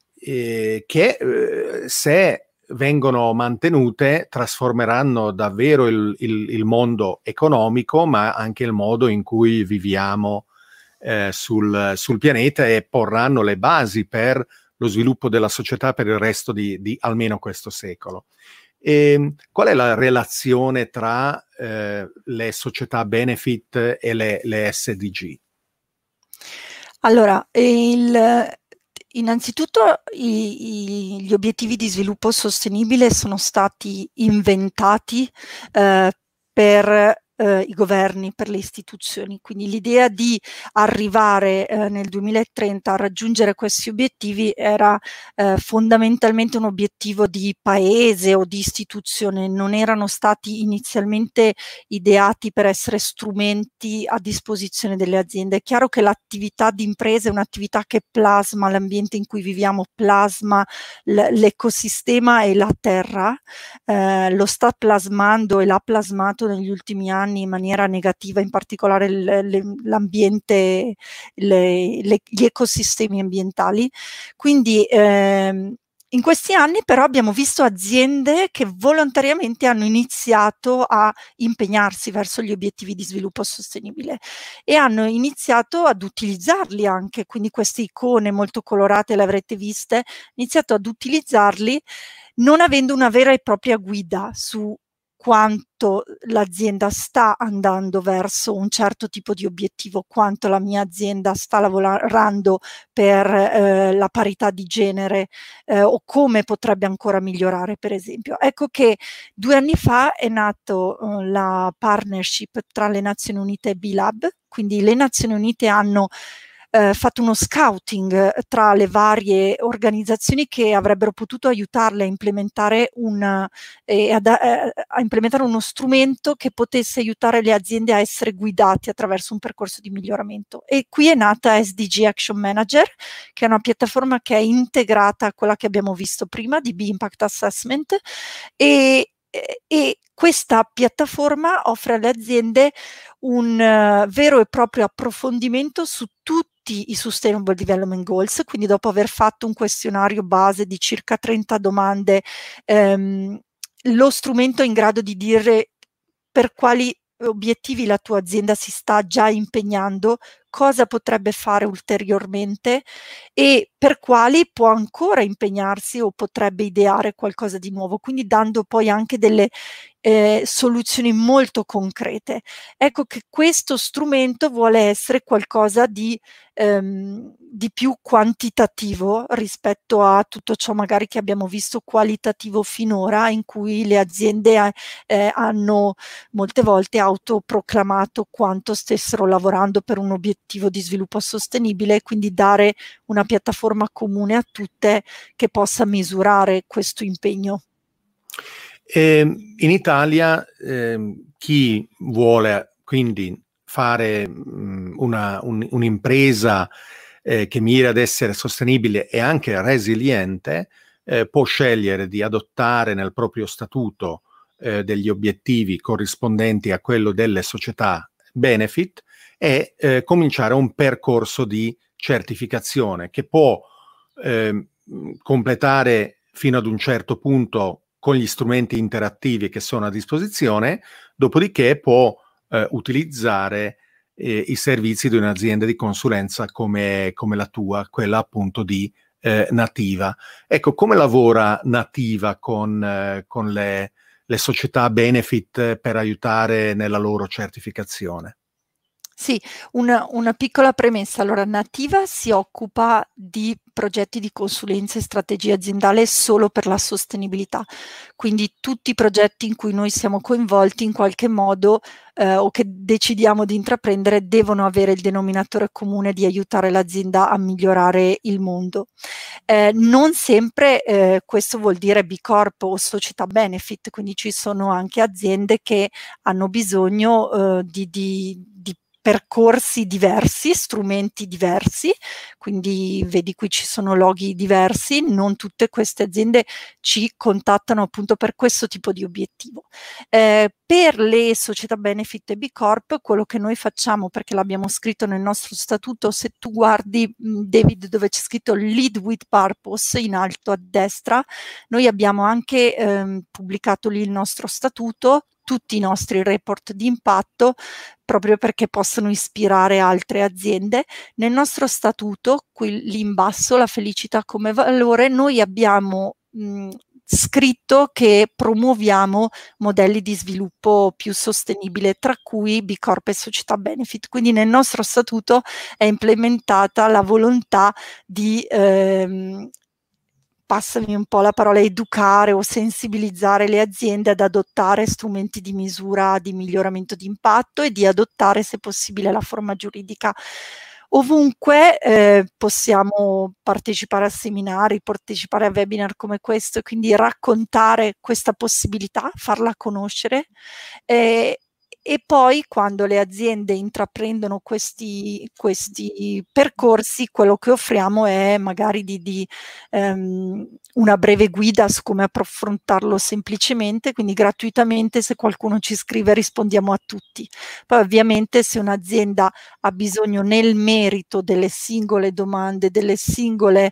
che se vengono mantenute trasformeranno davvero il mondo economico, ma anche il modo in cui viviamo sul pianeta, e porranno le basi per lo sviluppo della società per il resto di almeno questo secolo. Qual è la relazione tra le società benefit e le SDG? Allora, innanzitutto gli obiettivi di sviluppo sostenibile sono stati inventati per i governi, per le istituzioni, quindi l'idea di arrivare nel 2030 a raggiungere questi obiettivi era fondamentalmente un obiettivo di paese o di istituzione, non erano stati inizialmente ideati per essere strumenti a disposizione delle aziende. È chiaro che l'attività di impresa è un'attività che plasma l'ambiente in cui viviamo, plasma l'ecosistema e la terra, lo sta plasmando e l'ha plasmato negli ultimi anni in maniera negativa, in particolare l'ambiente, gli ecosistemi ambientali. Quindi in questi anni però abbiamo visto aziende che volontariamente hanno iniziato a impegnarsi verso gli obiettivi di sviluppo sostenibile e hanno iniziato ad utilizzarli anche, quindi queste icone molto colorate le avrete viste, iniziato ad utilizzarli non avendo una vera e propria guida su quanto l'azienda sta andando verso un certo tipo di obiettivo, quanto la mia azienda sta lavorando per la parità di genere o come potrebbe ancora migliorare, per esempio. Ecco che 2 anni fa è nato la partnership tra le Nazioni Unite e B-Lab, quindi le Nazioni Unite hanno fatto uno scouting tra le varie organizzazioni che avrebbero potuto aiutarle a implementare a implementare uno strumento che potesse aiutare le aziende a essere guidate attraverso un percorso di miglioramento. E qui è nata SDG Action Manager, che è una piattaforma che è integrata a quella che abbiamo visto prima di B-Impact Assessment, e questa piattaforma offre alle aziende un vero e proprio approfondimento su tutti i Sustainable Development Goals, quindi dopo aver fatto un questionario base di circa 30 domande, lo strumento è in grado di dire per quali obiettivi la tua azienda si sta già impegnando, cosa potrebbe fare ulteriormente e per quali può ancora impegnarsi o potrebbe ideare qualcosa di nuovo, quindi dando poi anche delle soluzioni molto concrete. Ecco che questo strumento vuole essere qualcosa di più quantitativo rispetto a tutto ciò magari che abbiamo visto qualitativo finora, in cui le aziende hanno molte volte autoproclamato quanto stessero lavorando per un obiettivo di sviluppo sostenibile, quindi dare una piattaforma comune a tutte che possa misurare questo impegno. In Italia chi vuole quindi fare un'impresa che mira ad essere sostenibile e anche resiliente può scegliere di adottare nel proprio statuto degli obiettivi corrispondenti a quello delle società benefit e cominciare un percorso di certificazione che può completare fino ad un certo punto con gli strumenti interattivi che sono a disposizione, dopodiché può utilizzare i servizi di un'azienda di consulenza come la tua, quella appunto di Nativa. Ecco, come lavora Nativa con le società benefit per aiutare nella loro certificazione? Sì, una piccola premessa. Allora, Nativa si occupa di progetti di consulenza e strategia aziendale solo per la sostenibilità, quindi tutti i progetti in cui noi siamo coinvolti in qualche modo o che decidiamo di intraprendere devono avere il denominatore comune di aiutare l'azienda a migliorare il mondo. Non sempre questo vuol dire B Corp o società benefit, quindi ci sono anche aziende che hanno bisogno di percorsi diversi, strumenti diversi, quindi vedi qui ci sono loghi diversi, non tutte queste aziende ci contattano appunto per questo tipo di obiettivo. Per le società benefit e B Corp quello che noi facciamo, perché l'abbiamo scritto nel nostro statuto, se tu guardi David dove c'è scritto Lead with Purpose in alto a destra, noi abbiamo anche pubblicato lì il nostro statuto, tutti i nostri report di impatto, proprio perché possono ispirare altre aziende. Nel nostro statuto, qui lì in basso, la felicità come valore, noi abbiamo scritto che promuoviamo modelli di sviluppo più sostenibile, tra cui B Corp e società benefit. Quindi nel nostro statuto è implementata la volontà di passami un po' la parola, educare o sensibilizzare le aziende ad adottare strumenti di misura di miglioramento di impatto e di adottare, se possibile, la forma giuridica. Ovunque possiamo partecipare a seminari, partecipare a webinar come questo, e quindi raccontare questa possibilità, farla conoscere. E poi quando le aziende intraprendono questi percorsi, quello che offriamo è magari una breve guida su come affrontarlo semplicemente, quindi gratuitamente. Se qualcuno ci scrive rispondiamo a tutti. Poi ovviamente se un'azienda ha bisogno nel merito delle singole domande, delle singole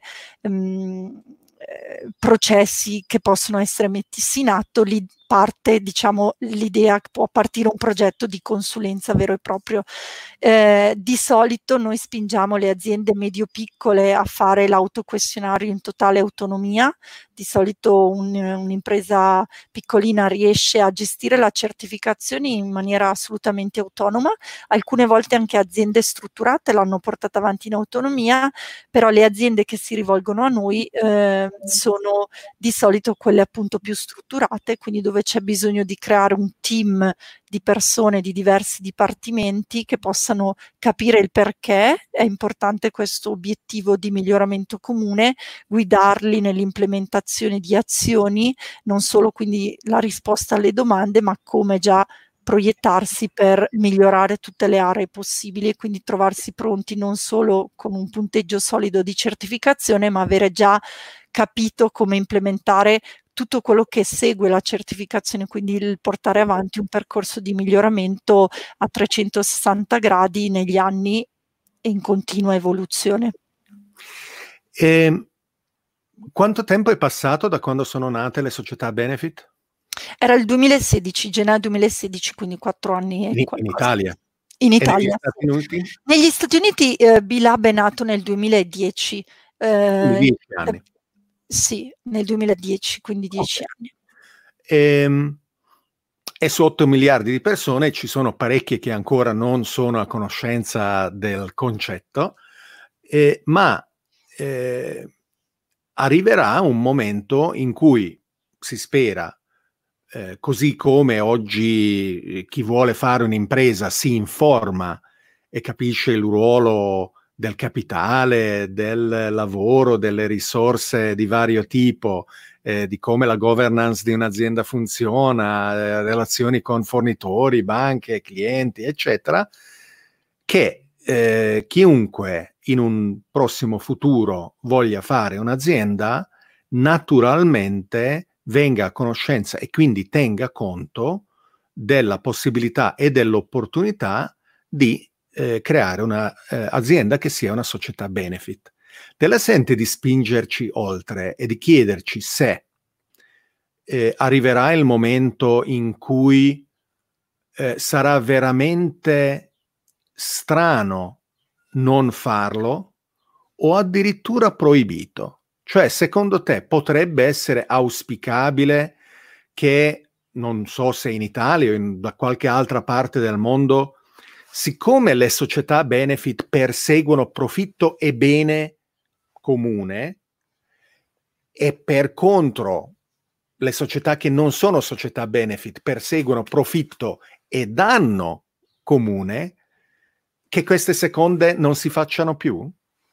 processi che possono essere messi in atto, lì parte, diciamo, l'idea che può partire un progetto di consulenza vero e proprio. Di solito noi spingiamo le aziende medio-piccole a fare l'autoquestionario in totale autonomia. Di solito un'impresa piccolina riesce a gestire la certificazione in maniera assolutamente autonoma. Alcune volte anche aziende strutturate l'hanno portata avanti in autonomia, però le aziende che si rivolgono a noi sono di solito quelle appunto più strutturate, quindi dove c'è bisogno di creare un team di persone di diversi dipartimenti che possano capire il perché è importante questo obiettivo di miglioramento comune, guidarli nell'implementazione di azioni, non solo quindi la risposta alle domande, ma come già proiettarsi per migliorare tutte le aree possibili e quindi trovarsi pronti non solo con un punteggio solido di certificazione, ma avere già capito come implementare tutto quello che segue la certificazione, quindi il portare avanti un percorso di miglioramento a 360 gradi negli anni e in continua evoluzione. Quanto tempo è passato da quando sono nate le società benefit? Era il 2016, gennaio 2016, quindi 4 anni e qualcosa. In Italia? In E Italia. negli Stati Uniti? Negli Stati Uniti B-Lab è nato nel 2010. 10 anni. Sì, nel 2010, quindi 10 anni. E su 8 miliardi di persone ci sono parecchie che ancora non sono a conoscenza del concetto, ma arriverà un momento in cui si spera, così come oggi chi vuole fare un'impresa si informa e capisce il ruolo del capitale, del lavoro, delle risorse di vario tipo, di come la governance di un'azienda funziona, relazioni con fornitori, banche, clienti, eccetera, che chiunque in un prossimo futuro voglia fare un'azienda, naturalmente venga a conoscenza e quindi tenga conto della possibilità e dell'opportunità di creare un'azienda che sia una società benefit. Te la senti di spingerci oltre e di chiederci se arriverà il momento in cui sarà veramente strano non farlo o addirittura proibito? Cioè, secondo te potrebbe essere auspicabile che, non so se in Italia o da qualche altra parte del mondo, siccome le società benefit perseguono profitto e bene comune, e per contro le società che non sono società benefit perseguono profitto e danno comune, che queste seconde non si facciano più?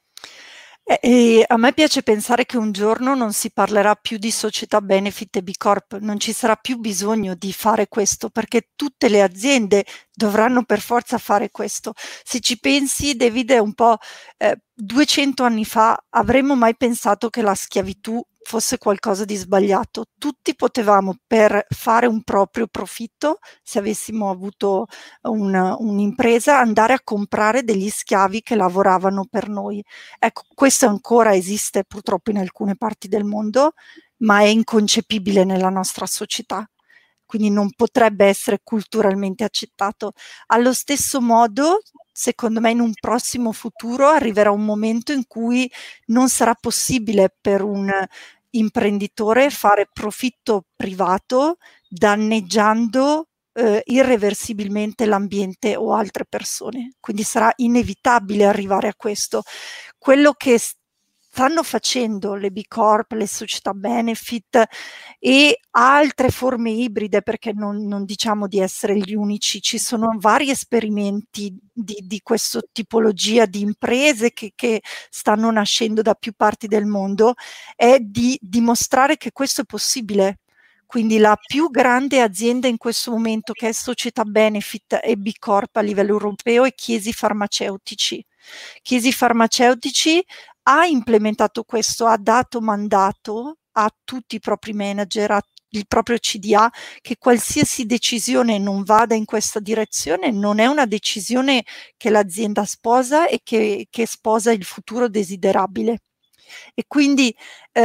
E a me piace pensare che un giorno non si parlerà più di società benefit e B Corp, non ci sarà più bisogno di fare questo perché tutte le aziende dovranno per forza fare questo. Se ci pensi, David, è un po' 200 anni fa avremmo mai pensato che la schiavitù fosse qualcosa di sbagliato. Tutti potevamo, per fare un proprio profitto, se avessimo avuto un'impresa, andare a comprare degli schiavi che lavoravano per noi. Ecco, questo ancora esiste purtroppo in alcune parti del mondo, ma è inconcepibile nella nostra società, quindi non potrebbe essere culturalmente accettato. Allo stesso modo, secondo me, in un prossimo futuro arriverà un momento in cui non sarà possibile per un imprenditore fare profitto privato danneggiando irreversibilmente l'ambiente o altre persone. Quindi sarà inevitabile arrivare a questo. Quello che stanno facendo le B Corp, le società benefit e altre forme ibride, perché non diciamo di essere gli unici, ci sono vari esperimenti di questa tipologia di imprese che stanno nascendo da più parti del mondo, è di dimostrare che questo è possibile. Quindi la più grande azienda in questo momento, che è società benefit e B Corp a livello europeo, è Chiesi Farmaceutici. Chiesi Farmaceutici ha implementato questo, ha dato mandato a tutti i propri manager, il proprio CDA, che qualsiasi decisione non vada in questa direzione non è una decisione che l'azienda sposa e che sposa il futuro desiderabile. E quindi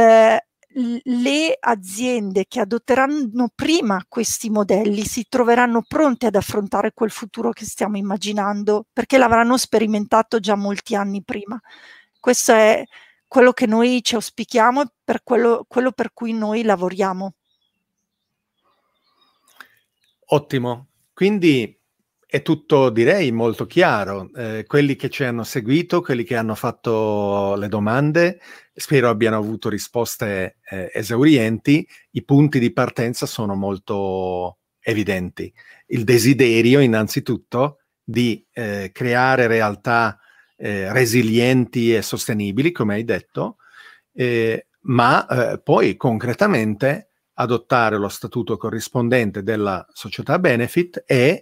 le aziende che adotteranno prima questi modelli si troveranno pronte ad affrontare quel futuro che stiamo immaginando, perché l'avranno sperimentato già molti anni prima. Questo è quello che noi ci auspichiamo e per quello per cui noi lavoriamo. Ottimo, quindi è tutto, direi, molto chiaro. Quelli che ci hanno seguito, quelli che hanno fatto le domande, spero abbiano avuto risposte esaurienti. I punti di partenza sono molto evidenti. Il desiderio, innanzitutto, di creare realtà resilienti e sostenibili, come hai detto, ma poi concretamente adottare lo statuto corrispondente della società benefit e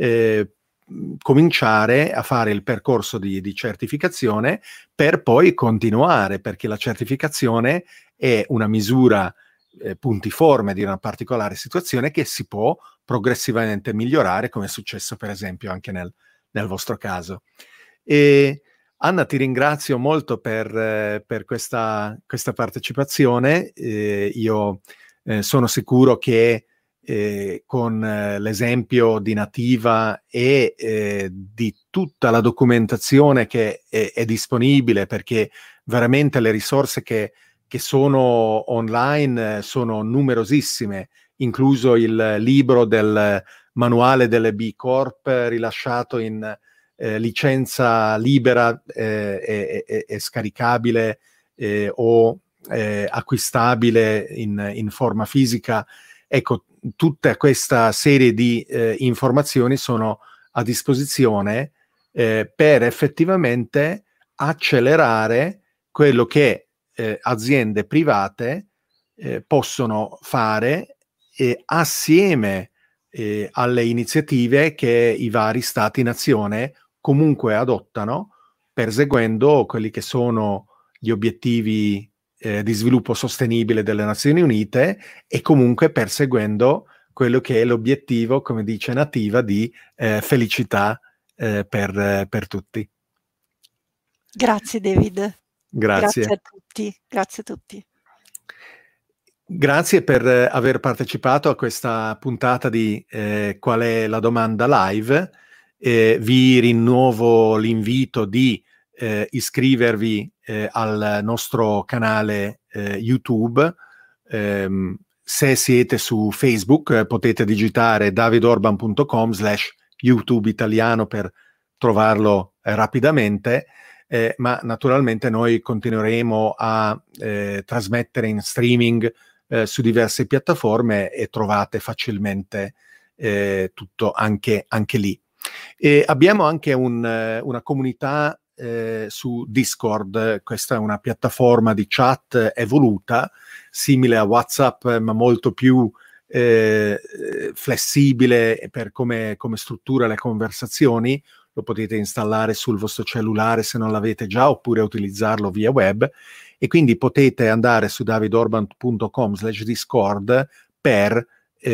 cominciare a fare il percorso di certificazione per poi continuare, perché la certificazione è una misura puntiforme di una particolare situazione che si può progressivamente migliorare, come è successo per esempio anche nel vostro caso. E Anna, ti ringrazio molto per questa partecipazione. Io sono sicuro che con l'esempio di Nativa e di tutta la documentazione che è disponibile, perché veramente le risorse che sono online sono numerosissime, incluso il libro del manuale delle B Corp rilasciato in licenza libera e scaricabile o acquistabile in forma fisica. Ecco, tutta questa serie di informazioni sono a disposizione per effettivamente accelerare quello che aziende private possono fare assieme alle iniziative che i vari stati-nazione comunque adottano, perseguendo quelli che sono gli obiettivi di sviluppo sostenibile delle Nazioni Unite e comunque perseguendo quello che è l'obiettivo, come dice Nativa, di felicità per tutti. Grazie David. Grazie. Grazie a tutti. Grazie a tutti. Grazie per aver partecipato a questa puntata di Qual è la domanda live. Vi rinnovo l'invito di iscrivervi al nostro canale YouTube. Se siete su Facebook potete digitare davidorban.com/YouTube italiano per trovarlo rapidamente, ma naturalmente noi continueremo a trasmettere in streaming su diverse piattaforme e trovate facilmente tutto anche lì. E abbiamo anche una comunità su Discord. Questa è una piattaforma di chat evoluta, simile a WhatsApp, ma molto più flessibile per come struttura le conversazioni. Lo potete installare sul vostro cellulare se non l'avete già, oppure utilizzarlo via web, e quindi potete andare su davidorban.com/discord per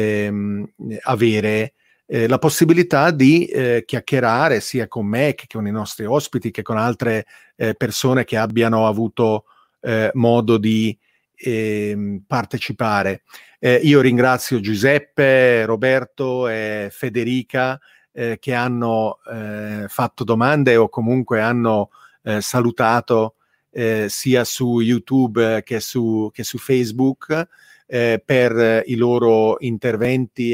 avere la possibilità di chiacchierare sia con me che con i nostri ospiti, che con altre persone che abbiano avuto modo di partecipare. Io ringrazio Giuseppe, Roberto e Federica che hanno fatto domande o comunque hanno salutato sia su YouTube che su Facebook per i loro interventi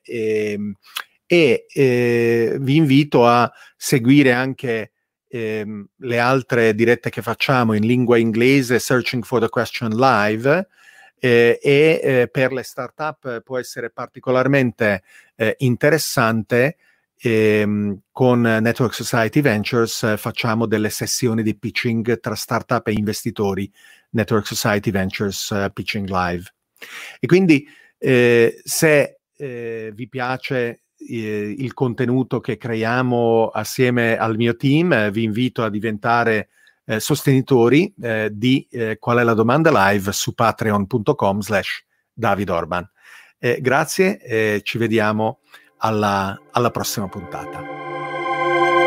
e vi invito a seguire anche le altre dirette che facciamo in lingua inglese, Searching for the Question Live, per le startup può essere particolarmente interessante. Con Network Society Ventures facciamo delle sessioni di pitching tra startup e investitori, Network Society Ventures Pitching Live. E quindi se vi piace il contenuto che creiamo assieme al mio team, vi invito a diventare sostenitori di Qual è la domanda live su patreon.com/davidorban. Grazie, ci vediamo alla prossima puntata.